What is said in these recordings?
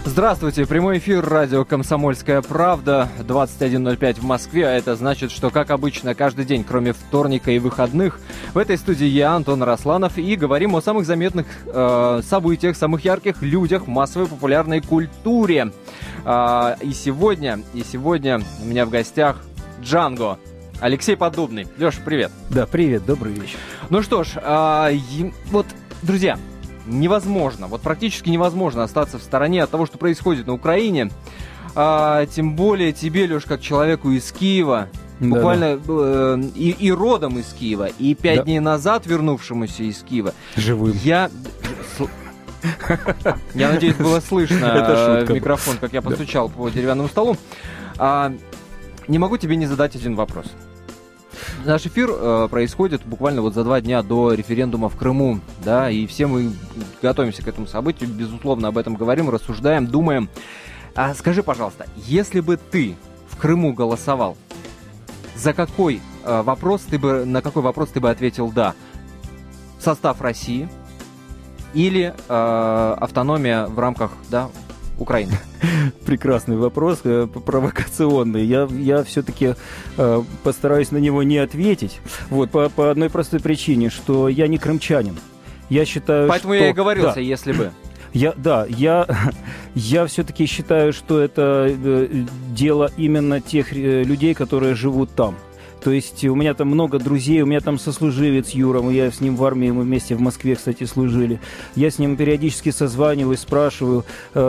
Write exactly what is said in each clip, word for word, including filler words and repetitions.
Здравствуйте, прямой эфир радио «Комсомольская правда», двадцать один ноль пять в Москве, а это значит, что, как обычно, каждый день, кроме вторника и выходных, в этой студии я, Антон Росланов, и говорим о самых заметных э, событиях, самых ярких людях в массовой популярной культуре. Э, и сегодня, и сегодня у меня в гостях Джанго, Алексей Поддубный. Леша, привет. Да, привет, добрый вечер. Ну что ж, э, и, вот, друзья... Невозможно, вот практически невозможно остаться в стороне от того, что происходит на Украине. А, тем более тебе, Леш, как человеку из Киева, да, буквально э, и, и родом из Киева, и пять да. дней назад вернувшемуся из Киева. Живым. Я... Я надеюсь, было слышно в микрофон, как я постучал по деревянному столу. Не могу тебе не задать один вопрос. Наш эфир э, происходит буквально вот за два дня до референдума в Крыму, да, и все мы готовимся к этому событию, безусловно, об этом говорим, рассуждаем, думаем. А скажи, пожалуйста, если бы ты в Крыму голосовал, за какой э, вопрос ты бы, на какой вопрос ты бы ответил «да»? Состав России или э, автономия в рамках, да, Украины? Прекрасный вопрос, э, провокационный. Я, я все-таки э, постараюсь на него не ответить. Вот, по, по одной простой причине, что я не крымчанин. Я считаю, Поэтому что... я и говорился, да. если бы. Я, да, я, я все-таки считаю, что это э, дело именно тех э, людей, которые живут там. То есть у меня там много друзей, у меня там сослуживец Юра, я с ним в армии, мы вместе в Москве, кстати, служили. Я с ним периодически созваниваюсь, спрашиваю.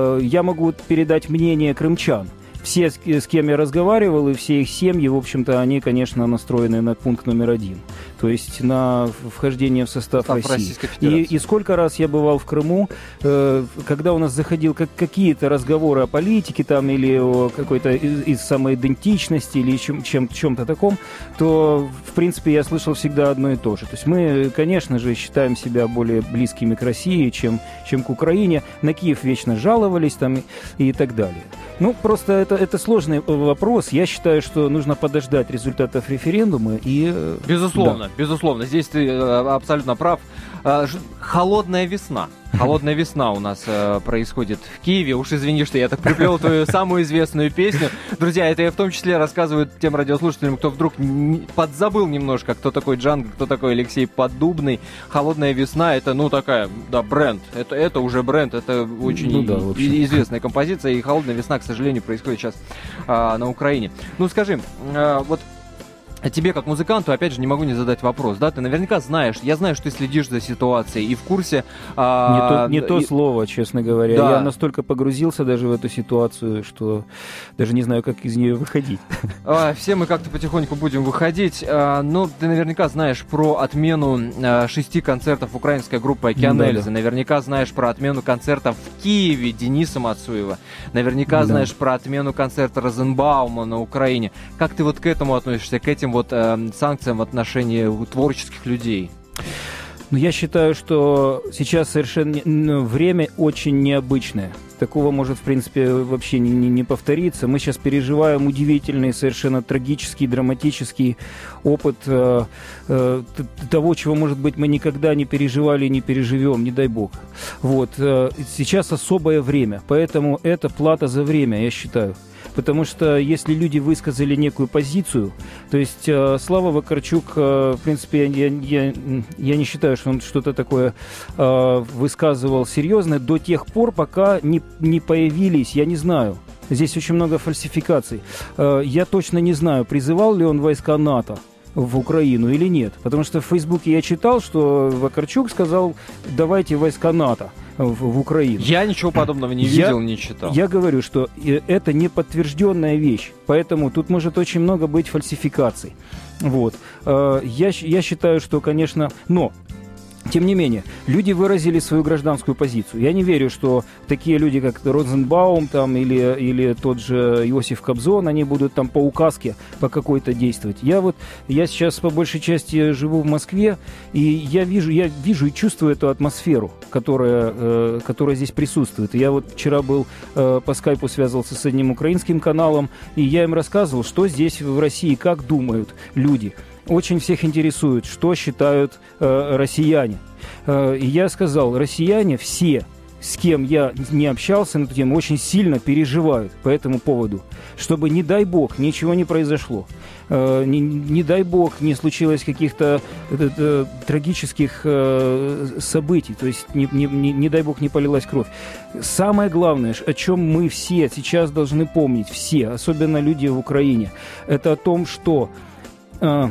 Я могу передать мнение крымчан. Все, с кем я разговаривал, и все их семьи, в общем-то, они, конечно, настроены на пункт номер один. То есть на вхождение в состав, состав России. И, и сколько раз я бывал в Крыму, э, когда у нас заходил как, какие-то разговоры о политике там, или о какой-то из, из самоидентичности, или чем, чем, чем-то таком, то, в принципе, я слышал всегда одно и то же. То есть мы, конечно же, считаем себя более близкими к России, чем, чем к Украине. На Киев вечно жаловались там и, и так далее. Ну, просто это, это сложный вопрос. Я считаю, что нужно подождать результатов референдума и... Безусловно, да. безусловно. Здесь ты абсолютно прав. Холодная весна. Холодная весна у нас э, происходит в Киеве. Уж извини, что я так приплел твою самую известную песню. Друзья, это я в том числе рассказываю тем радиослушателям, кто вдруг не, подзабыл немножко, кто такой Джанго, кто такой Алексей Поддубный. Холодная весна — это, ну, такая, да, бренд. Это, это уже бренд, это очень ну, да, и, известная композиция. И холодная весна, к сожалению, происходит сейчас э, на Украине. Ну, скажи, э, вот... А тебе, как музыканту, опять же, не могу не задать вопрос, да? Ты наверняка знаешь, я знаю, что ты следишь за ситуацией и в курсе... А... Не то, не то и... слово, честно говоря. Да. Я настолько погрузился даже в эту ситуацию, что даже не знаю, как из нее выходить. А, все мы как-то потихоньку будем выходить. А, ну, ты наверняка знаешь про отмену а, шести концертов украинской группы «Океан Эльзы». Да, да. Наверняка знаешь про отмену концертов в Киеве Дениса Мацуева. Наверняка да. знаешь про отмену концерта Розенбаума на Украине. Как ты вот к этому относишься, к этим вот э, санкциям в отношении творческих людей? Ну, я считаю, что сейчас совершенно время очень необычное. Такого может, в принципе, вообще не, не, не повториться. Мы сейчас переживаем удивительный, совершенно трагический, драматический опыт э, э, того, чего, может быть, мы никогда не переживали и не переживем, не дай бог. Вот. Э, сейчас особое время, поэтому это плата за время, я считаю. Потому что если люди высказали некую позицию, то есть э, Слава Вакарчук, э, в принципе, я, я, я не считаю, что он что-то такое э, высказывал серьезное до тех пор, пока не, не появились, я не знаю, здесь очень много фальсификаций. Э, я точно не знаю, призывал ли он войска НАТО в Украину или нет. Потому что в Фейсбуке я читал, что Вакарчук сказал, давайте войска НАТО в, в Украину. Я ничего подобного не видел, я, не читал. Я говорю, что это не подтвержденная вещь, поэтому тут может очень много быть фальсификаций. Вот. Я, я считаю, что, конечно, но... Тем не менее, люди выразили свою гражданскую позицию. Я не верю, что такие люди, как Розенбаум там, или, или тот же Иосиф Кобзон, они будут там по указке по какой-то действовать. Я вот, я сейчас по большей части живу в Москве, и я вижу, я вижу и чувствую эту атмосферу, которая, э, которая здесь присутствует. Я вот вчера был э, по скайпу связывался с одним украинским каналом, и я им рассказывал, что здесь в России, как думают люди. Очень всех интересует, что считают э, россияне. Э, и я сказал, россияне все с кем я не общался на эту тему, очень сильно переживают по этому поводу, чтобы, не дай бог, ничего не произошло. Э, не, не дай бог, не случилось каких-то э, э, трагических э, событий, то есть не, не, не, не дай бог не полилась кровь. Самое главное, о чем мы все сейчас должны помнить, все, особенно люди в Украине, это о том, что э,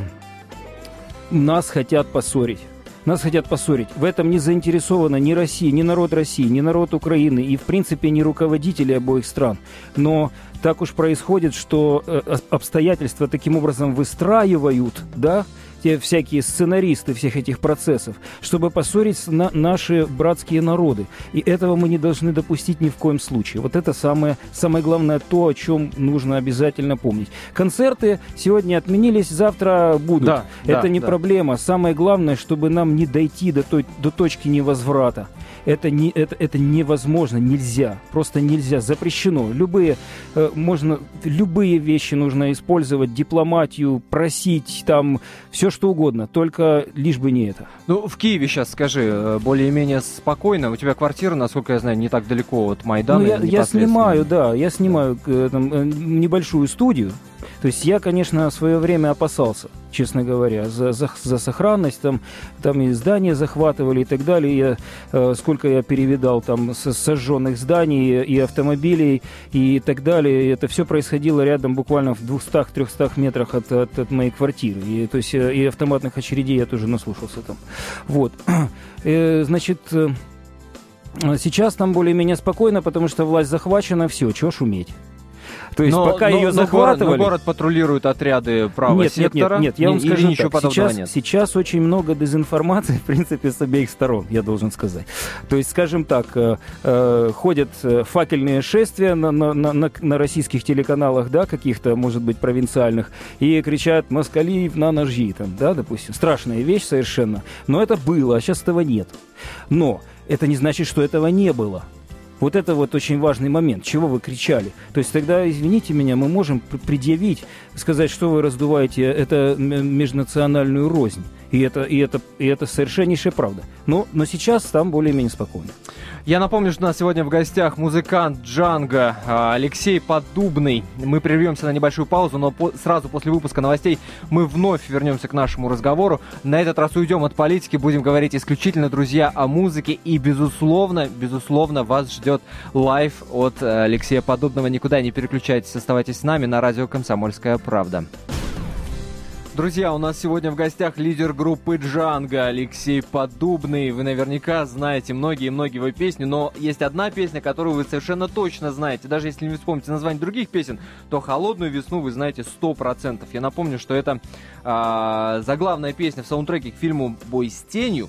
нас хотят поссорить. Нас хотят поссорить. В этом не заинтересована ни Россия, ни народ России, ни народ Украины и, в принципе, ни руководители обоих стран. Но так уж происходит, что обстоятельства таким образом выстраивают, да, те всякие сценаристы всех этих процессов, чтобы поссорить на наши братские народы. И этого мы не должны допустить ни в коем случае. Вот это самое, самое главное, то, о чем нужно обязательно помнить. Концерты сегодня отменились, завтра будут. Да, это да, не да. проблема. Самое главное, чтобы нам не дойти до той, до точки невозврата. Это, не, это, это невозможно, нельзя, просто нельзя, запрещено. Любые, э, можно, любые вещи нужно использовать, дипломатию, просить, там, все что угодно, только лишь бы не это. Ну, в Киеве сейчас, скажи, более-менее спокойно, у тебя квартира, насколько я знаю, не так далеко от Майдана. Ну, я, я снимаю, да, я снимаю э, там, небольшую студию. То есть я, конечно, в свое время опасался, честно говоря, за, за, за сохранность, там, там и здания захватывали и так далее. Я, э, сколько я перевидал там с, сожженных зданий и автомобилей и так далее. И это все происходило рядом, буквально в двухстах-трехстах метрах от, от, от моей квартиры. И, то есть и автоматных очередей я тоже наслушался там. Вот. Э, значит... Сейчас там более-менее спокойно, потому что власть захвачена, все, чего шуметь. То есть но, пока но, ее но захватывали... Город, но город патрулирует отряды правого нет, сектора? Нет, нет, нет, я вам скажу ничего так, сейчас, нет? сейчас очень много дезинформации, в принципе, с обеих сторон, я должен сказать. То есть, скажем так, э, э, ходят факельные шествия на, на, на, на российских телеканалах, да, каких-то, может быть, провинциальных, и кричат «москали на ножи», там, да, допустим. Страшная вещь совершенно. Но это было, а сейчас этого нет. Но это не значит, что этого не было. Вот это вот очень важный момент. Чего вы кричали? То есть тогда, извините меня, мы можем предъявить, сказать, что вы раздуваете это межнациональную рознь. И это, и это, и это совершеннейшая правда. Но, но сейчас там более-менее спокойно. Я напомню, что у нас сегодня в гостях музыкант Джанго Алексей Поддубный. Мы прервемся на небольшую паузу, но по- сразу после выпуска новостей мы вновь вернемся к нашему разговору. На этот раз уйдем от политики, будем говорить исключительно, друзья, о музыке. И, безусловно, безусловно, вас ждет лайв от Алексея Поддубного. Никуда не переключайтесь, оставайтесь с нами на радио «Комсомольская правда». Друзья, у нас сегодня в гостях лидер группы Джанго Алексей Поддубный. Вы наверняка знаете многие-многие его песни, но есть одна песня, которую вы совершенно точно знаете. Даже если не вспомните название других песен, то «Холодную весну» вы знаете сто процентов. Я напомню, что это э, заглавная песня в саундтреке к фильму «Бой с тенью»,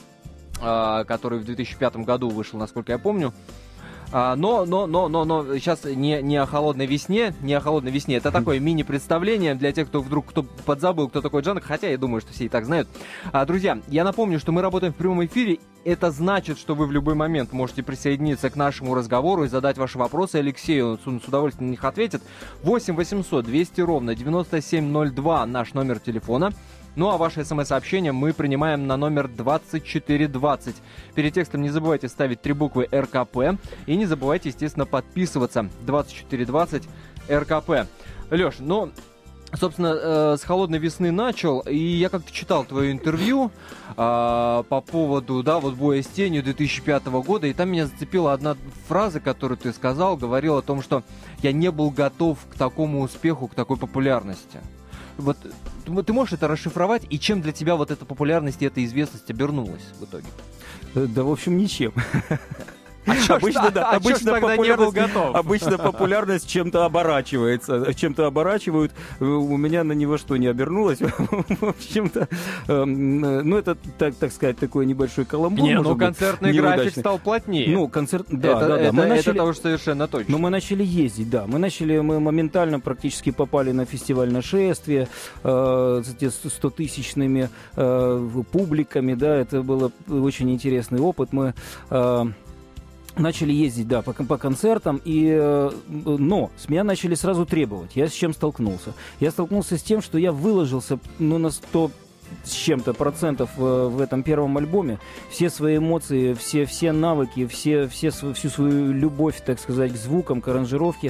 э, который в две тысячи пятом году вышел, насколько я помню. А, но, но, но, но, но сейчас не, не о холодной весне, не о холодной весне. Это такое мини-представление для тех, кто вдруг кто подзабыл, кто такой Джанго, хотя я думаю, что все и так знают. А, друзья, я напомню, что мы работаем в прямом эфире. Это значит, что вы в любой момент можете присоединиться к нашему разговору и задать ваши вопросы Алексею. Он с удовольствием на них ответит. восемь восемьсот двести ровно девяносто семь ноль два наш номер телефона. Ну а ваше смс-сообщение мы принимаем на номер двадцать четыре двадцать. Перед текстом не забывайте ставить три буквы эр ка пэ. И не забывайте, естественно, подписываться. двадцать четыре двадцать эр ка пэ. Леш, ну, собственно, э, с холодной весны начал. И я как-то читал твое интервью э, по поводу, да, вот «Боя с тенью» две тысячи пятого года. И там меня зацепила одна фраза, которую ты сказал. Говорил о том, что я не был готов к такому успеху, к такой популярности. Вот ты можешь это расшифровать, и чем для тебя вот эта популярность и эта известность обернулась в итоге? Да, в общем, ничем. А обычно, да, а обычно, популярность, обычно популярность чем-то оборачивается, чем-то оборачивают. У меня на него что, не обернулось? В общем-то, ну, это, так, так сказать, такой небольшой каламбур. Не, ну, концертный график стал плотнее. Ну, концерт, да, это, да, да. Это, мы начали, это тоже совершенно точно. Но мы начали ездить, да. Мы начали, мы моментально практически попали на фестиваль «Нашествие» э, с стотысячными э, публиками, да. Это был очень интересный опыт. Мы... Э, Начали ездить, да, по, по концертам, и, э, но с меня начали сразу требовать. Я с чем столкнулся? Я столкнулся с тем, что я выложился, ну, на сто с чем-то процентов в, в этом первом альбоме. Все свои эмоции, все, все навыки, все, все, всю свою любовь, так сказать, к звукам, к аранжировке,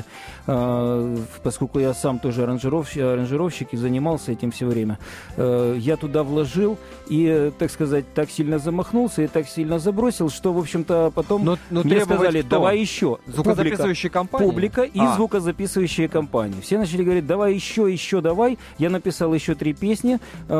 э, поскольку я сам тоже аранжировщик, аранжировщик и занимался этим все время, э, я туда вложил и, так сказать, так сильно замахнулся и так сильно забросил, что, в общем-то, потом но, но мне сказали, кто? давай еще. Звукозаписывающие компании? Публика и а. звукозаписывающие компании. Все начали говорить, давай еще, еще давай. Я написал еще три песни,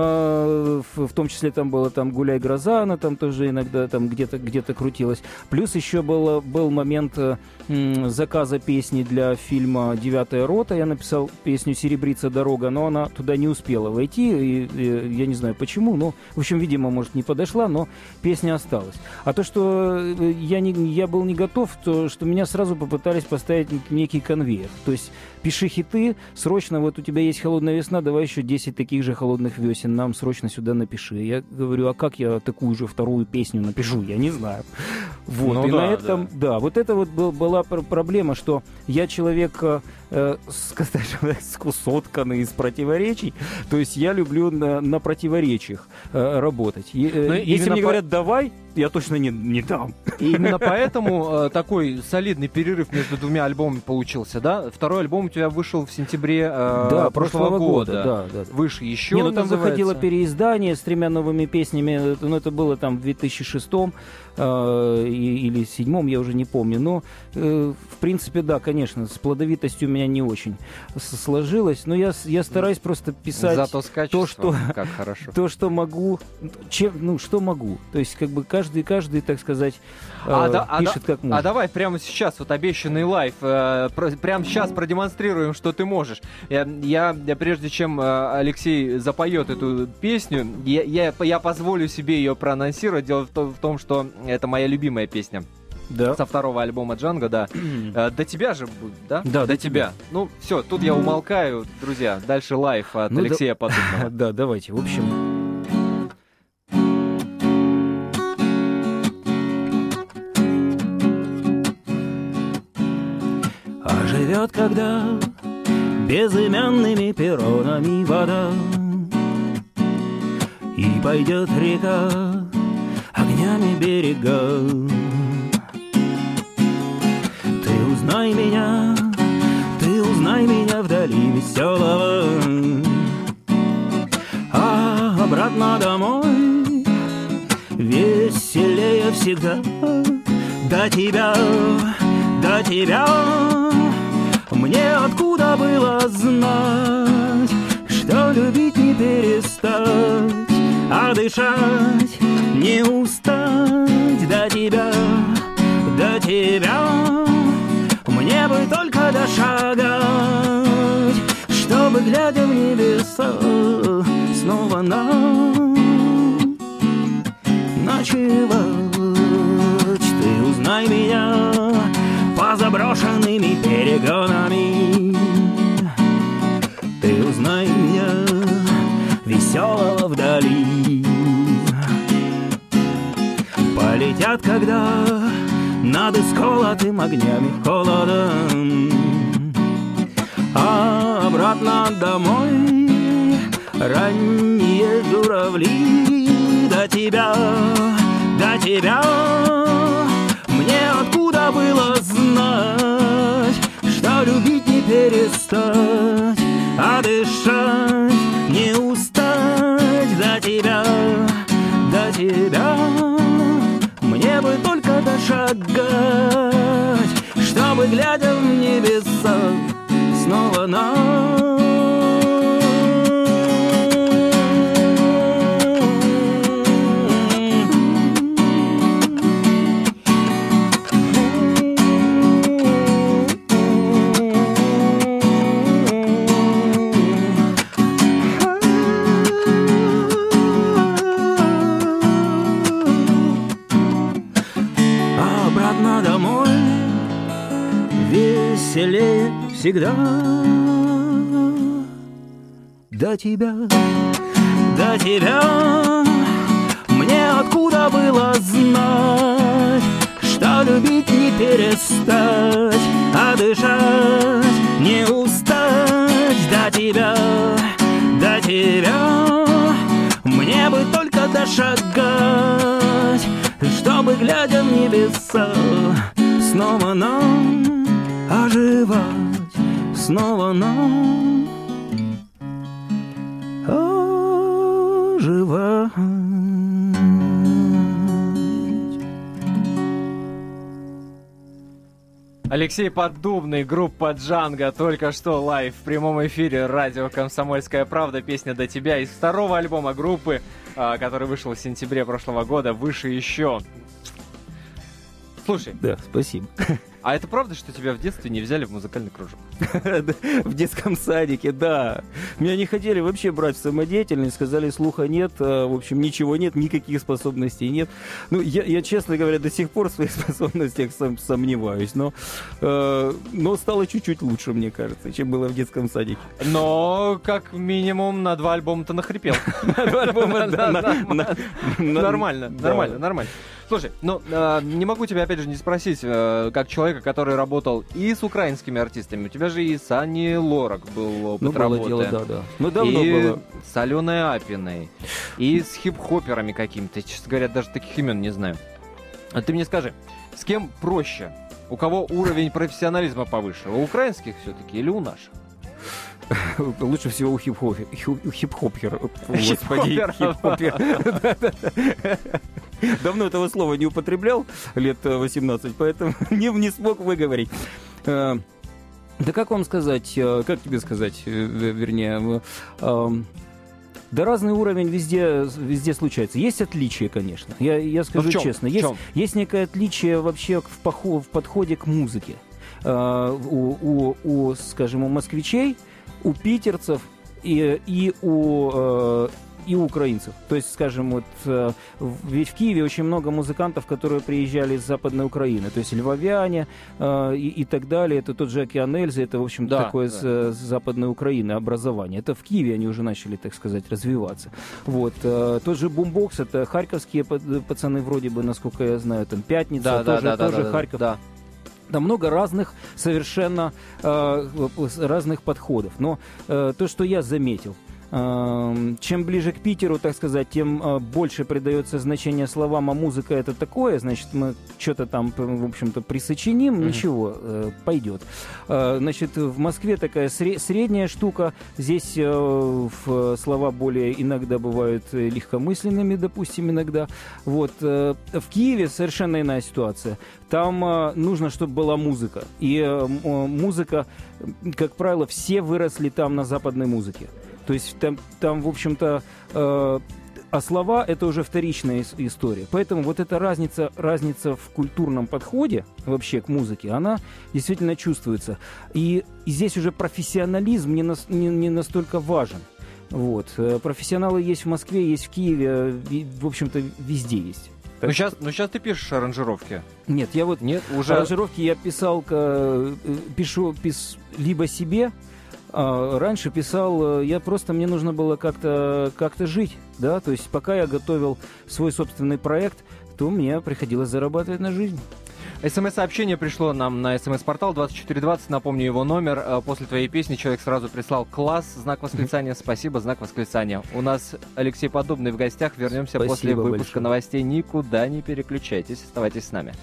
э, в, в том числе там было там «Гуляй, гроза», она там тоже иногда там где-то, где-то крутилась. Плюс еще было, был момент э, заказа песни для фильма «Девятая рота». Я написал песню «Серебрится дорога», но она туда не успела войти, и, и, я не знаю почему, но, в общем, видимо, может, не подошла, но песня осталась. А то, что я, не, я был не готов, то, что меня сразу попытались поставить некий конвейер. То есть пиши хиты, срочно, вот у тебя есть «Холодная весна», давай еще десять таких же «Холодных весен», нам срочно сюда напиши. Я говорю, а как я такую же вторую песню напишу? Я не знаю. Вот, ну и да, на этом, да. да, вот это вот был, была проблема, что я человек, э, сотканный из противоречий, то есть я люблю на, на противоречиях э, работать. И, э, если мне по... говорят «давай», я точно не, не дам. И именно поэтому э, такой солидный перерыв между двумя альбомами получился, да? Второй альбом у тебя вышел в сентябре э, да, прошлого, прошлого года. года. Да, да. Выше еще, Не, ну там называется. выходило переиздание с тремя новыми песнями, ну это было там в две тысячи шестом э, или две тысячи седьмом, я уже не помню. Но, э, в принципе, да, конечно, с плодовитостью у меня не очень сложилось, но я, я стараюсь просто писать Зато с то, что, как хорошо. то, что могу, чем, ну, что могу. То есть, как бы каждый, каждый, так сказать, э, а да, пишет а как да, может. А давай прямо сейчас, вот обещанный лайв, э, про, прямо сейчас продемонстрируем, что ты можешь. Я, я, я прежде чем э, Алексей запоет эту песню, я, я, я позволю себе ее проанонсировать. Дело в, то, в том, что это моя любимая песня. Да. Со второго альбома Джанго, да. До тебя же будет, да? Да, до, до тебя. тебя. Ну, все, тут я умолкаю, друзья. Дальше лайв от ну, Алексея да... Поддубного. Да, давайте. В общем... А живет когда безымянными перронами вода, и пойдет река огнями берега. Ты узнай меня, ты узнай меня вдали веселого, а обратно домой веселее всегда. До тебя, до тебя мне откуда было знать, что любить не перестать, а дышать не устать. До тебя, до тебя мне бы только дошагать, чтобы, глядя в небеса, снова нам ночевать. Ты узнай меня по заброшенными перегонами, ты узнай меня веселого вдали. Полетят, когда над исколотым огнями холодом, а обратно домой ранние журавли. До тебя, до тебя мне откуда было знать, что любить не перестать, а дышать не устать. До тебя, до тебя мне бы только дошагать, чтобы, глядя в небеса, снова нам веселее всегда. До тебя, до тебя мне откуда было знать, что любить не перестать, а дышать не устать. До тебя, до тебя мне шагать, чтобы, глядя в небеса, снова нам оживать, снова нам оживать. Алексей Поддубный, группа «Джанго», только что лайв в прямом эфире радио «Комсомольская правда». Песня «До тебя» из второго альбома группы, который вышел в сентябре прошлого года, «Выше еще». Слушай. Да, спасибо. А это правда, что тебя в детстве не взяли в музыкальный кружок? В детском садике, да. Меня не хотели вообще брать в самодеятельность, сказали, слуха нет, в общем, ничего нет, никаких способностей нет. Ну, я, я честно говоря, до сих пор в своих способностях сом, сомневаюсь, но, э, но стало чуть-чуть лучше, мне кажется, чем было в детском садике. Но, как минимум, на два альбома-то нахрипел. На два альбома, да. Нормально, нормально, нормально. Слушай, ну, э, не могу тебя, опять же, не спросить, э, как человека, который работал и с украинскими артистами, у тебя же и с Аней Лорак был опыт ну, работы. Было дело, да, да. Ну, давно и было. с Аленой Апиной, и с хип-хоперами какими-то, честно говоря, даже таких имен не знаю. А ты мне скажи, с кем проще? У кого уровень профессионализма повыше? У украинских все-таки или у наших? Лучше всего у хип-хопера. Хип-хопера. Господи, хип-хопера. Давно этого слова не употреблял, лет восемнадцать, поэтому не, не смог выговорить. Да как вам сказать, как тебе сказать, вернее, да разный уровень везде, везде случается. Есть отличия, конечно, я, я скажу чем? честно. Есть, есть некое отличие вообще в, поход, в подходе к музыке. У, у, у, скажем, у москвичей, у питерцев и, и у... и у украинцев. То есть, скажем, вот э, ведь в Киеве очень много музыкантов, которые приезжали из Западной Украины. То есть львовяне э, и, и так далее. Это тот же Океан Эльзы, это, в общем, да, такое да. С, с Западной Украины образование. Это в Киеве они уже начали, так сказать, развиваться. Вот. Э, тот же Бумбокс, это харьковские пацаны вроде бы, насколько я знаю, там Пятница, да, тоже, да, да, тоже да, Харьков. Да. Там много разных совершенно э, разных подходов. Но э, то, что я заметил, чем ближе к Питеру, так сказать, тем больше придается значение словам, а музыка это такое, значит, мы что-то там, в общем-то, присочиним, mm-hmm. ничего, пойдет. Значит, в Москве такая средняя штука, здесь слова более иногда бывают легкомысленными, допустим, иногда. Вот. В Киеве совершенно иная ситуация. Там нужно, чтобы была музыка. И музыка, как правило, все выросли там на западной музыке. То есть там, там в общем-то, э, а слова – это уже вторичная ис- история. Поэтому вот эта разница, разница в культурном подходе вообще к музыке, она действительно чувствуется. И, и здесь уже профессионализм не, нас, не, не настолько важен. Вот. Профессионалы есть в Москве, есть в Киеве, и, в общем-то, везде есть. Ну сейчас, ну сейчас ты пишешь аранжировки. Нет, я вот Нет, уже... аранжировки я писал, пишу пис, либо себе. Раньше писал, я просто, мне нужно было как-то, как-то жить, да, то есть пока я готовил свой собственный проект, то мне приходилось зарабатывать на жизнь. СМС-сообщение пришло нам на СМС-портал двадцать четыре двадцать, напомню его номер. После твоей песни человек сразу прислал «класс», знак восклицания, спасибо, знак восклицания. У нас Алексей Поддубный в гостях, вернемся спасибо после выпуска большое. Новостей. Никуда не переключайтесь, оставайтесь с нами.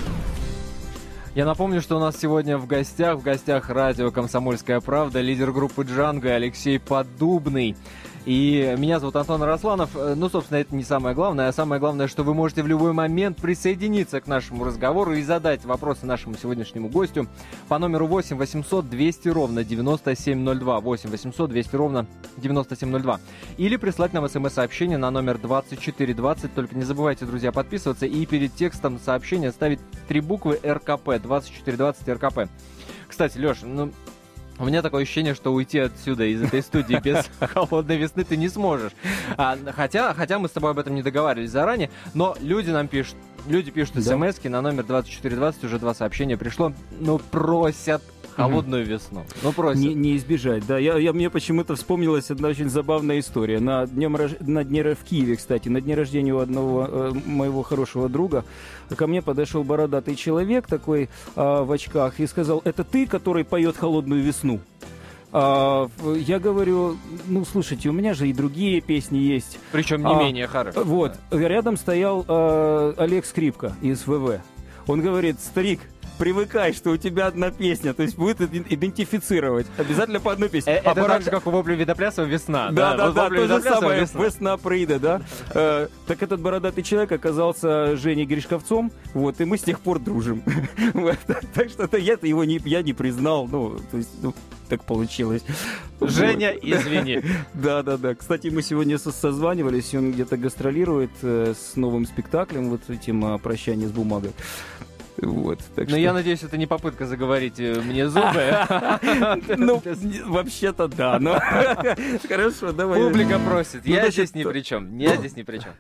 Я напомню, что у нас сегодня в гостях, в гостях радио «Комсомольская правда», лидер группы «Джанго» Алексей Поддубный. И меня зовут Антон Арасланов. Ну, собственно, это не самое главное. А самое главное, что вы можете в любой момент присоединиться к нашему разговору и задать вопросы нашему сегодняшнему гостю по номеру восемь восемьсот двести ровно девяносто семь ноль два. восемь восемьсот двести ровно девяносто семь ноль два. Или прислать нам смс-сообщение на номер двадцать четыре двадцать. Только не забывайте, друзья, подписываться и перед текстом сообщения ставить три буквы эр ка пэ. двадцать четыре двадцать эр ка пэ. Кстати, Леша, ну... У меня такое ощущение, что уйти отсюда, из этой студии, без холодной весны ты не сможешь. А, хотя, хотя мы с тобой об этом не договаривались заранее, но люди нам пишут, люди пишут да. смс-ки на номер двадцать четыре двадцать, уже два сообщения пришло, ну просят холодную угу. весну. Ну просят. Не, не избежать, да. Я, я, мне почему-то вспомнилась одна очень забавная история. На, днем, на дне в Киеве, кстати, на дне рождения у одного э, моего хорошего друга ко мне подошел бородатый человек такой э, в очках и сказал: это ты, который поет «Холодную весну»? А, я говорю, ну, слушайте, у меня же и другие песни есть. Причем не а, менее хорошие. Вот, рядом стоял а, Олег Скрипка из ВВ. Он говорит, старик, привыкай, что у тебя одна песня, то есть будет идентифицировать. Обязательно по одной песне. Это а так бород... же, как у Вопли Видоплясова «Весна». Да, да, да, то же самое, «Весна». «Весна» прийде, да. э, так этот бородатый человек оказался Женей Гришковцом, вот, и мы с тех пор дружим. Так что я его я не признал, ну, то есть, ну, так получилось. Женя, извини. Да, да, да. Кстати, мы сегодня созванивались, он где-то гастролирует с новым спектаклем, вот этим «Прощание с бумагой». Вот, так Но что... я надеюсь, это не попытка заговорить мне зубы. Ну, вообще-то да, но... Хорошо, давай. Публика просит, я здесь ни при чем, я здесь ни при чем.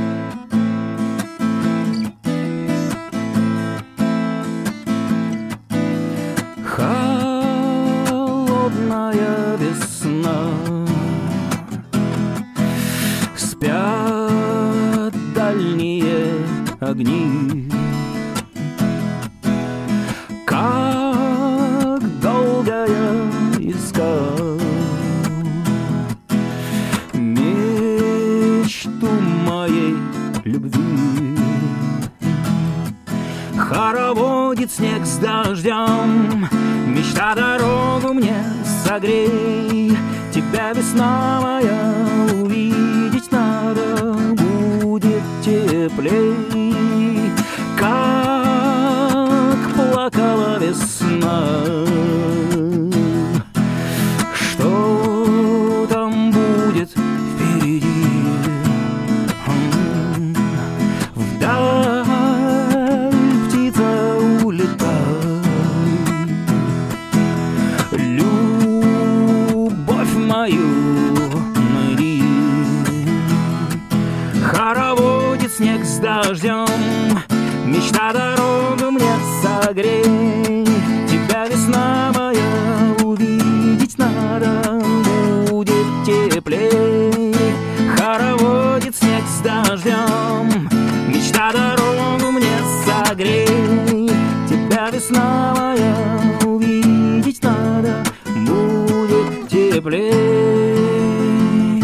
Холодная весна, спят дальние огни. Как долго я искал мечту моей любви. Хороводит снег с дождем, мечта дорогу мне согрей. Тебя, весна моя, увидеть надо, будет теплей. Как плакала весна, что там будет впереди? Вдаль птица улетай, любовь мою найди. Хороводит снег с дождем, мечта дорогу мне согрей. Тебя, весна моя, увидеть надо, будет теплей. Хороводит снег с дождем, мечта дорогу мне согрей. Тебя, весна моя, увидеть надо, будет теплей.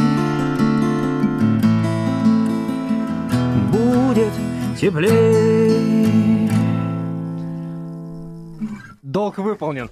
Будет теплей. Долг выполнен.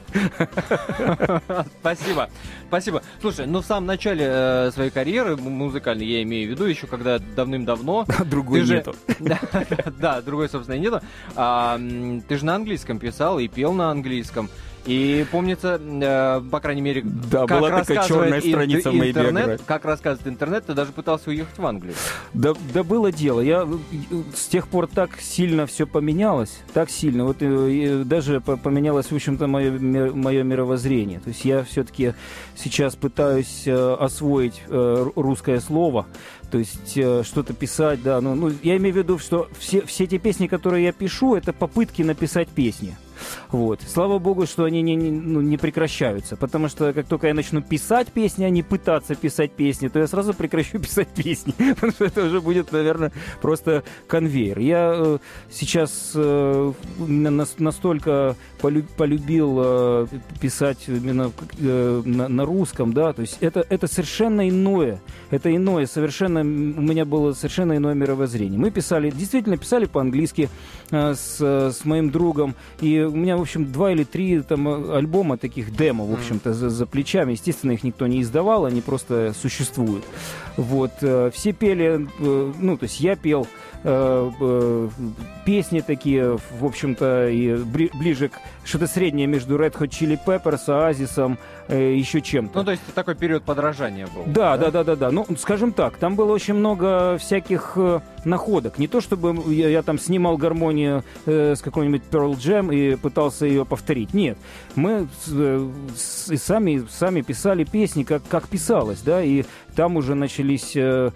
Спасибо. Спасибо. Слушай, ну в самом начале э, своей карьеры музыкальной, я имею в виду, еще когда давным-давно... Другой же... нету. да, да, другой, собственно, нету. А, ты же на английском писал и пел на английском. И помнится, э, по крайней мере, да, как была такая черная ин- страница в моей интернет, биографии. как рассказывает интернет, ты даже пытался уехать в Англию. Да, да было дело. Я с тех пор так сильно все поменялось, так сильно. Вот и, даже поменялось, в общем-то, мое, мое мировоззрение. То есть я все-таки сейчас пытаюсь э, освоить э, русское слово. То есть э, что-то писать, да. Ну, ну, я имею в виду, что все, все те песни, которые я пишу, это попытки написать песни. Вот. Слава богу, что они не, не, ну, не прекращаются, потому что как только я начну писать песни, а не пытаться писать песни, то я сразу прекращу писать песни, потому что это уже будет, наверное, просто конвейер. Я э, сейчас э, настолько полюб, полюбил э, писать именно э, на, на русском, да, то есть это, это совершенно иное, это иное, совершенно, у меня было совершенно иное мировоззрение. Мы писали, действительно писали по-английски э, с, с моим другом, и у меня, в общем, два или три там альбома таких демо, в общем-то, за, за плечами. Естественно, их никто не издавал, они просто существуют. Вот. Все пели, ну, то есть я пел э, э, песни такие, в общем-то, и ближе к что-то среднее между Red Hot Chili Peppers, Oasis'ом, э, еще чем-то. Ну, то есть такой период подражания был. Да, да, да, да, да. Ну, скажем так, там было очень много всяких э, находок. Не то, чтобы я, я там снимал гармонию э, с какой-нибудь Pearl Jam и пытался ее повторить. Нет. Мы э, с, сами, сами писали песни, как, как писалось, да, и там уже начались э,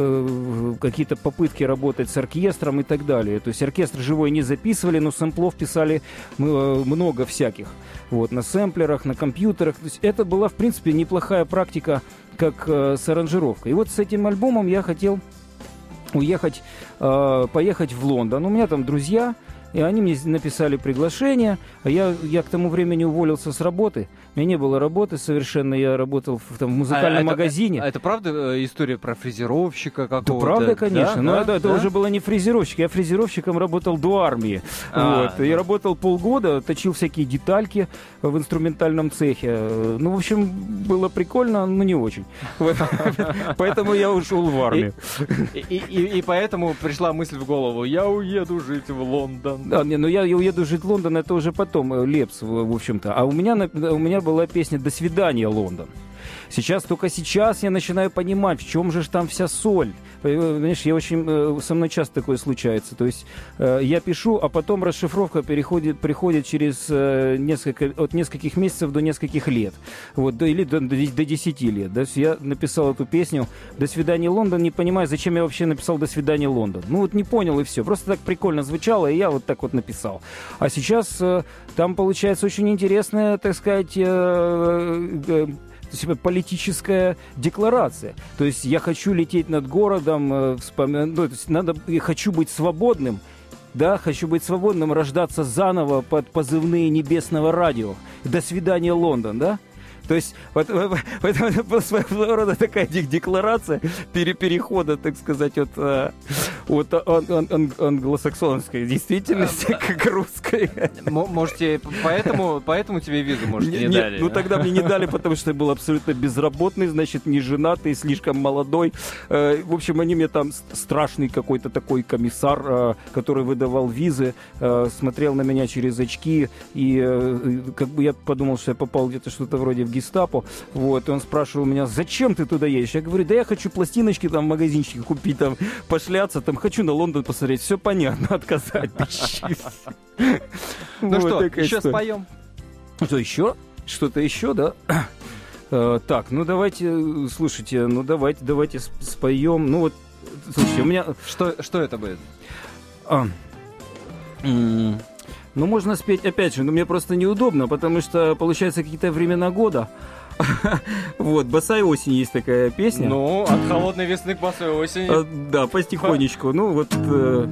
э, какие-то попытки работать с оркестром и так далее. То есть оркестр живой не записывали, но сэмплов писали э, много всяких. Вот, на сэмплерах, на компьютерах. То есть это была, в принципе, неплохая практика, как э, с аранжировкой. И вот с этим альбомом я хотел уехать, э, поехать в Лондон. У меня там друзья, И они мне написали приглашение. А я, я к тому времени уволился с работы. У меня не было работы совершенно. Я работал в, там, в музыкальном а, магазине. Это, а это правда история про фрезеровщика какого-то? Да, правда, конечно. Да? Но да? это, это да? уже было не фрезеровщик. Я фрезеровщиком работал до армии. А, вот. Я работал полгода, точил всякие детальки в инструментальном цехе. Ну, в общем, было прикольно, но не очень. Поэтому я ушел в армию. И поэтому пришла мысль в голову: я уеду жить в Лондон. Да, не, ну я, я уеду жить в Лондон, это уже потом, Лепс, в, в общем-то. А у меня, у меня была песня «До свидания, Лондон». Сейчас, только сейчас я начинаю понимать, в чем же ж там вся соль. Понимаешь, я очень, со мной часто такое случается. То есть я пишу, а потом расшифровка переходит, приходит через несколько, от нескольких месяцев до нескольких лет. Вот, до, или до, до, до десяти лет. Да? Я написал эту песню «До свидания, Лондон», не понимаю, зачем я вообще написал «До свидания, Лондон». Ну вот не понял, и все. Просто так прикольно звучало, и я вот так вот написал. А сейчас там получается очень интересная, так сказать, политическая декларация. То есть я хочу лететь над городом, э, вспоми... ну, то есть надо... я хочу быть свободным, да, хочу быть свободным, рождаться заново под позывные небесного радио. До свидания, Лондон, да? То есть вот, вот, вот, это была своего рода такая декларация пере, перехода, так сказать, от, от ан, ан, ан, англосаксонской действительности к русской. Можете, поэтому, поэтому тебе визу, может, не, не дали? Ну, тогда мне не дали, потому что я был абсолютно безработный, значит, не женатый, слишком молодой. В общем, они мне там, страшный какой-то такой комиссар, который выдавал визы, смотрел на меня через очки, и как бы я подумал, что я попал где-то что-то вроде в гестапо, вот, и он спрашивал меня: зачем ты туда едешь? Я говорю: да я хочу пластиночки там в магазинчике купить, там, пошляться, там, хочу на Лондон посмотреть, все понятно, отказать. Ну что, еще споем? Что, еще? Что-то еще, да? Так, ну давайте, слушайте, ну давайте, давайте споем, ну вот, слушайте, у меня... Что, что это будет? А, ну, можно спеть, опять же, но мне просто неудобно, потому что, получается, какие-то времена года. Вот, «Босая осень» есть такая песня. Ну, от холодной весны к босой осени. А, да, потихонечку. Ну, вот... Э...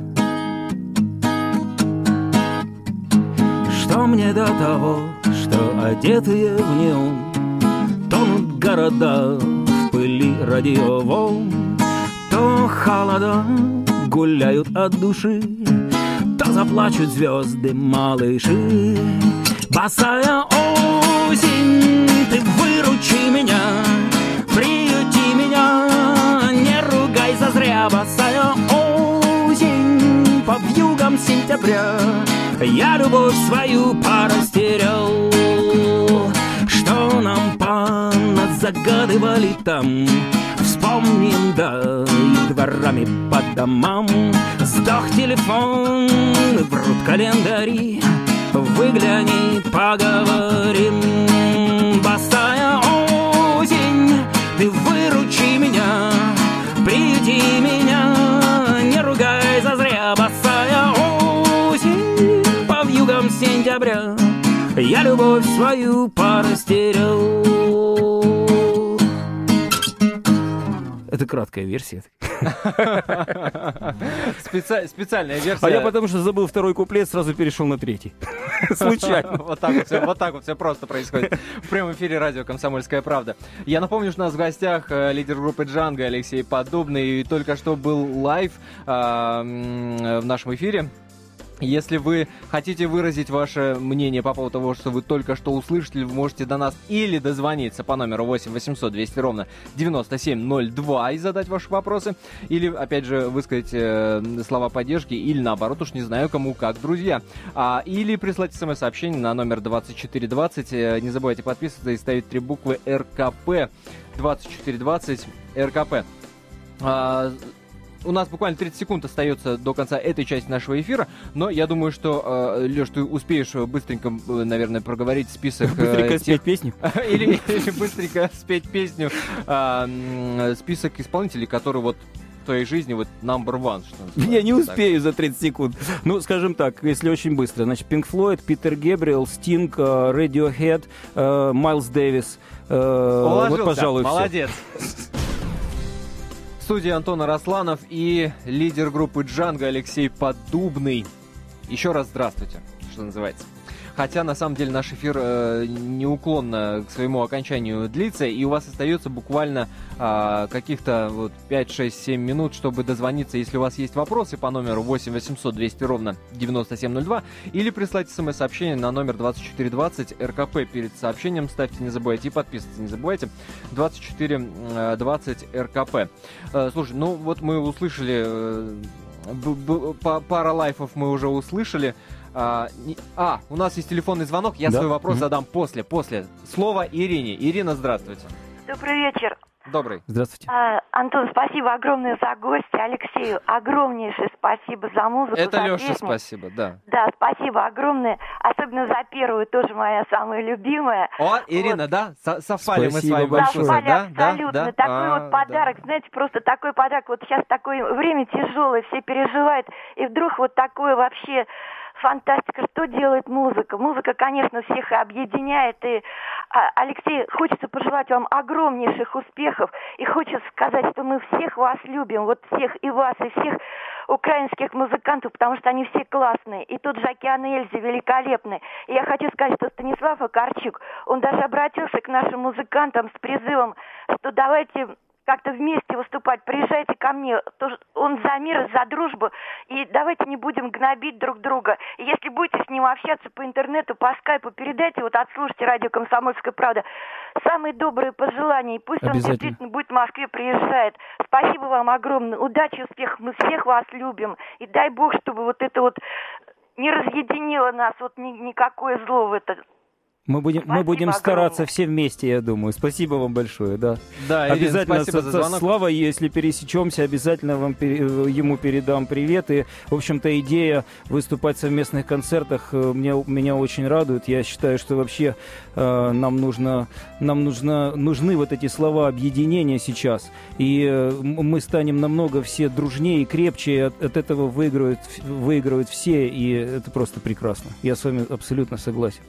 Что мне до того, что одетые в неон тонут города в пыли радиоволн, то холода гуляют от души, то заплачут звезды малыши. Босая осень, ты выручи меня, приюти меня, не ругай зазря. Босая осень, по вьюгам сентября я любовь свою порастерял. Что нам поназагадывали там, вспомним, да, и дворами по домам. Сдох телефон, врут календари, выгляни, поговорим. Босая осень, ты выручи меня, приюти меня, не ругай зазря. Босая осень, по вьюгам сентября я любовь свою порастерял. Это краткая версия. Специ... Специальная версия. А я потому что забыл второй куплет, сразу перешел на третий. Случайно. Вот так вот все, вот так вот все просто происходит в прямом эфире радио «Комсомольская правда». Я напомню, что у нас в гостях лидер группы «Джанго» Алексей Поддубный. И только что был лайв а, в нашем эфире. Если вы хотите выразить ваше мнение по поводу того, что вы только что услышали, вы можете до нас или дозвониться по номеру восемь восемьсот двести ровно девяносто семь ноль два и задать ваши вопросы, или, опять же, высказать э, слова поддержки, или наоборот, уж не знаю, кому как, друзья. А, или прислать смс-сообщение на номер двадцать четыре двадцать. Не забывайте подписываться и ставить три буквы эр ка пэ. двадцать четыре двадцать эр ка пэ. А, У нас буквально тридцать секунд остается до конца этой части нашего эфира, но я думаю, что, э, Лёш, ты успеешь быстренько, наверное, проговорить список... Быстренько э, спеть тех... песню? или, или быстренько спеть песню. Э, список исполнителей, которые вот в твоей жизни вот number one, что называется. Я не успею так за тридцать секунд. Ну, скажем так, если очень быстро. Значит, Pink Floyd, Питер Гэбриэл, Sting, Radiohead, Майлз Дэвис. Уложился, вот, пожалуй, молодец. В студии Антон Арасланов и лидер группы «Джанго» Алексей Поддубный. Еще раз здравствуйте, что называется. Хотя, на самом деле, наш эфир э, неуклонно к своему окончанию длится, и у вас остается буквально э, каких-то вот, пять, шесть, семь минут, чтобы дозвониться, если у вас есть вопросы, по номеру восемь восемьсот двести ровно девяносто семь ноль два, или прислать смс-сообщение на номер двадцать четыре двадцать, РКП перед сообщением ставьте, не забывайте, и подписываться не забывайте, двадцать четыре двадцать РКП. Э, слушай, ну вот мы услышали, э, б- б- пара лайфов мы уже услышали. А, не, а, у нас есть телефонный звонок, я да? свой вопрос mm-hmm. задам после, после. Слово Ирине. Ирина, здравствуйте. Добрый вечер. Добрый. Здравствуйте. А, Антон, спасибо огромное за гости. Алексею огромнейшее спасибо за музыку. Это за Леша, песню. спасибо, да. Да, спасибо огромное. Особенно за первую, тоже моя самая любимая. О, Ирина, вот. Да? Со- совпали спасибо мы с вами большое. Совпали да? абсолютно. Да? Да? Такой а, вот подарок, да. Знаете, просто такой подарок. Вот сейчас такое время тяжелое, все переживают. И вдруг вот такое вообще... Фантастика, что делает музыка? Музыка, конечно, всех объединяет. И, Алексей, хочется пожелать вам огромнейших успехов. И хочется сказать, что мы всех вас любим. Вот всех и вас, и всех украинских музыкантов, потому что они все классные. И тот же Океан Эльзи великолепный. И я хочу сказать, что Станислав Акарчук, он даже обратился к нашим музыкантам с призывом, что давайте... как-то вместе выступать, приезжайте ко мне, тоже он за мир, за дружбу, и давайте не будем гнобить друг друга. И если будете с ним общаться по интернету, по скайпу, передайте, вот отслушайте радио «Комсомольская правда». Самые добрые пожелания, и пусть он действительно будет в Москве, приезжает. Спасибо вам огромное, удачи, успехов, мы всех вас любим, и дай Бог, чтобы вот это вот не разъединило нас, вот ни, никакое зло в это. Мы будем, мы будем стараться все вместе, я думаю. Спасибо вам большое, да. Да, Ирина, обязательно спасибо за звонок. Слава, если пересечемся, обязательно вам, ему передам привет. И, в общем-то, идея выступать в совместных концертах меня, меня очень радует. Я считаю, что вообще э, нам, нужно, нам нужно, нужны вот эти слова объединения сейчас. И э, мы станем намного все дружнее и крепче. От, от этого выиграют, выигрывают все, и это просто прекрасно. Я с вами абсолютно согласен.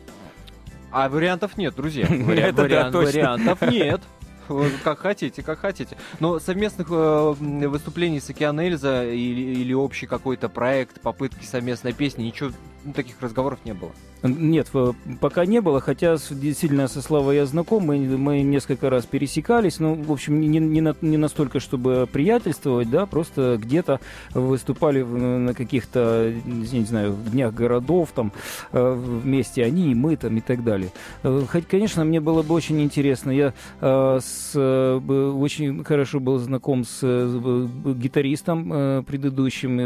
А вариантов нет, друзья. Вари- вариант, вариантов нет. Как хотите, как хотите. Но совместных э, выступлений с Океан Эльза или, или общий какой-то проект, попытки совместной песни, ничего, ну, таких разговоров не было. Нет, пока не было, хотя действительно со Славой я знаком, мы, мы несколько раз пересекались, ну, в общем, не, не, на, не настолько, чтобы приятельствовать, да, просто где-то выступали на каких-то, не знаю, днях городов, там, вместе они и мы, там, и так далее. Хоть, конечно, мне было бы очень интересно, я с, очень хорошо был знаком с гитаристом предыдущим,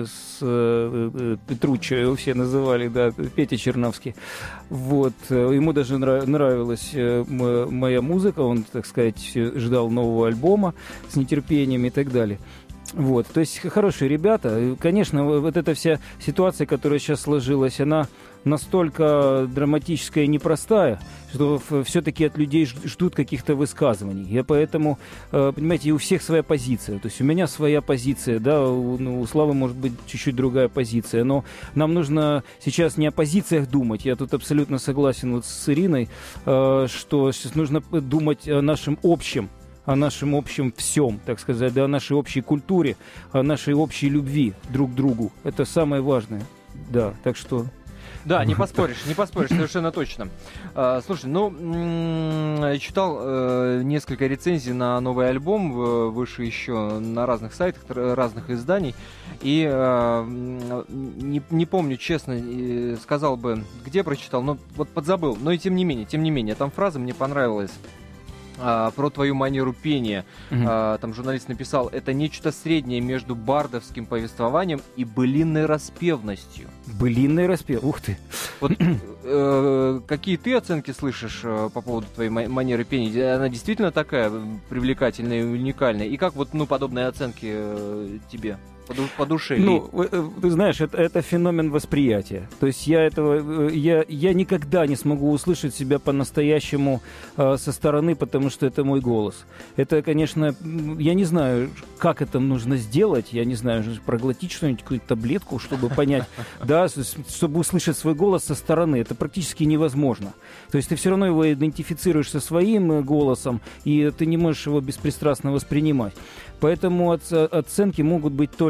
с Петруччо, его все называли, да, Петя Черновский. Вот. Ему даже нравилась моя музыка, он, так сказать, ждал нового альбома с нетерпением и так далее. Вот. То есть хорошие ребята. Конечно, вот эта вся ситуация, которая сейчас сложилась, она настолько драматическая и непростая, что все-таки от людей ждут каких-то высказываний. Я поэтому, понимаете, и у всех своя позиция. То есть у меня своя позиция, да, у, ну, у Славы может быть чуть-чуть другая позиция, но нам нужно сейчас не о позициях думать. Я тут абсолютно согласен вот с Ириной, что сейчас нужно думать о нашем общем, о нашем общем всем, так сказать, да, о нашей общей культуре, о нашей общей любви друг к другу. Это самое важное. Да, так что... Да, не поспоришь, не поспоришь, совершенно точно. А, слушай, ну, м- читал э, несколько рецензий на новый альбом, э, выше еще на разных сайтах, разных изданий, и э, не, не помню, честно, э, сказал бы, где прочитал, но вот подзабыл, но и тем не менее, тем не менее, там фраза мне понравилась. А, про твою манеру пения. Uh-huh. А, там журналист написал, это нечто среднее между бардовским повествованием и былинной распевностью. Былинный распев, ух ты. Вот э, какие ты оценки слышишь э, по поводу твоей ма- манеры пения? Она действительно такая привлекательная и уникальная? И как вот, ну, подобные оценки э, тебе? По, ду- по душе. Ну, ты знаешь, это, это феномен восприятия. То есть я этого, я, я никогда не смогу услышать себя по-настоящему э, со стороны, потому что это мой голос. Это, конечно, я не знаю, как это нужно сделать. Я не знаю, проглотить что-нибудь, какую-то таблетку, чтобы понять, да, чтобы услышать свой голос со стороны. Это практически невозможно. То есть ты все равно его идентифицируешь со своим голосом, и ты не можешь его беспристрастно воспринимать. Поэтому оценки могут быть только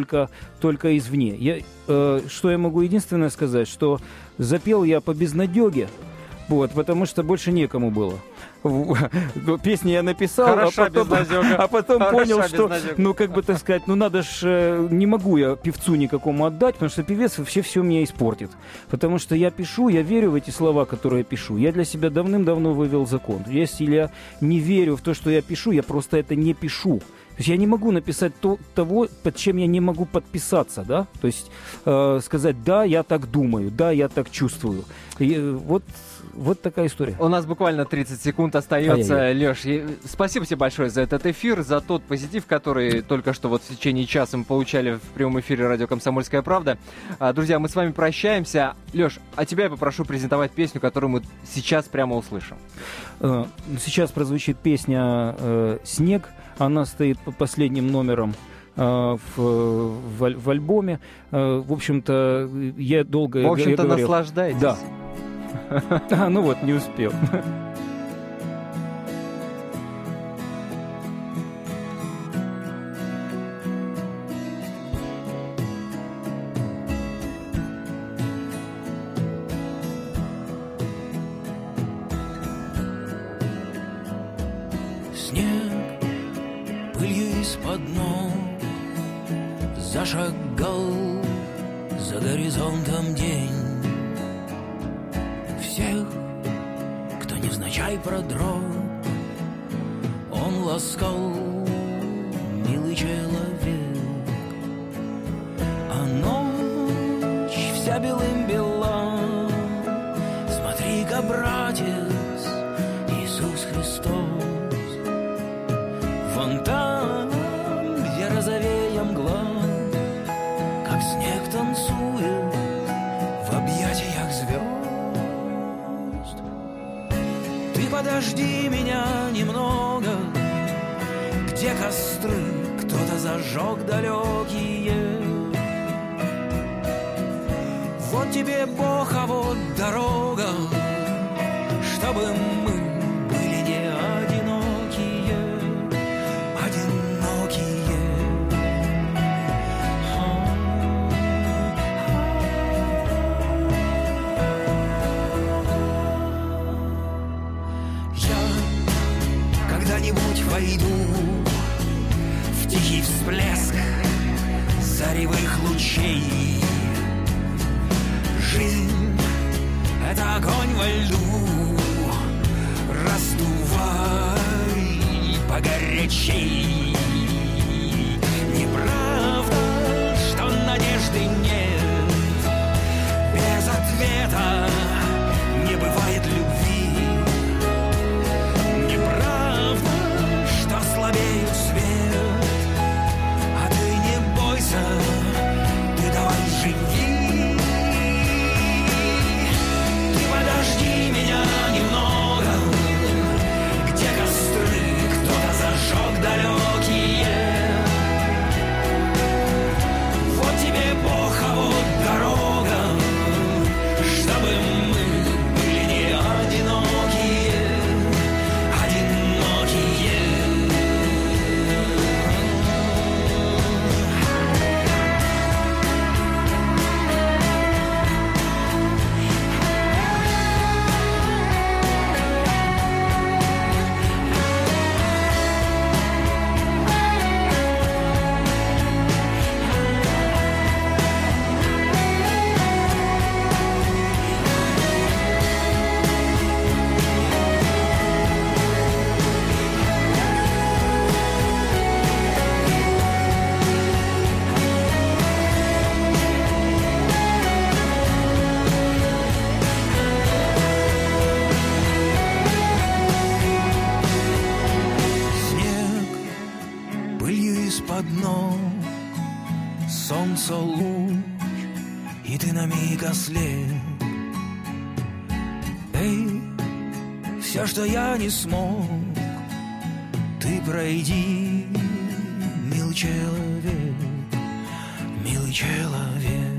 только, только извне. Я, э, что я могу единственное сказать, что запел я по безнадеге, вот, потому что больше некому было. Песни я написал, Хороша а потом, а потом понял, что, ну, как бы так сказать, ну, надо ж, не могу я певцу никакому отдать, потому что певец вообще все меня испортит. Потому что я пишу, я верю в эти слова, которые я пишу. Я для себя давным-давно вывел закон. Если я не верю в то, что я пишу, я просто это не пишу. То есть я не могу написать то, того, под чем я не могу подписаться, да? То есть э, сказать, да, я так думаю, да, я так чувствую. И, э, вот, вот такая история. У нас буквально тридцать секунд остается. Леш, спасибо тебе большое за этот эфир, за тот позитив, который только что вот в течение часа мы получали в прямом эфире радио «Комсомольская правда». Друзья, мы с вами прощаемся. Леш, а тебя я попрошу презентовать песню, которую мы сейчас прямо услышим. Сейчас прозвучит песня «Снег». Она стоит по последним номерам э, в, в, в альбоме. Э, в общем-то, я долго... В общем-то, я говорил, наслаждайтесь. Да. А, ну вот, не успел. Из-под ног зашагал за горизонтом день. Всех, кто невзначай продрог, он ласкал, милый человек. А ночь вся белым бела. Смотри-ка, братец, Иисус Христос, вон там, где розовея мгла, как снег танцует в объятиях звезд. Ты подожди меня немного, где костры кто-то зажег далекие. Вот тебе Бог, а вот дорога, чтобы мы были не одинокие, одинокие. Я когда-нибудь войду в тихий всплеск заревых лучей. Жизнь — это огонь во льду, раздувай погорячей. Неправда, что надежды нет, без ответа не бывает любви. Неправда, что слабеет свет, а ты не бойся, ты давай живи. Подожди меня немного, где костры кто-то зажег далекие. Вот тебе Бог, а вот дорога, чтобы мы были не одинокие, одинокие. Из-под ног солнца луч, и ты на миг ослеп. Эй, все, что я не смог, ты пройди, милый человек, милый человек.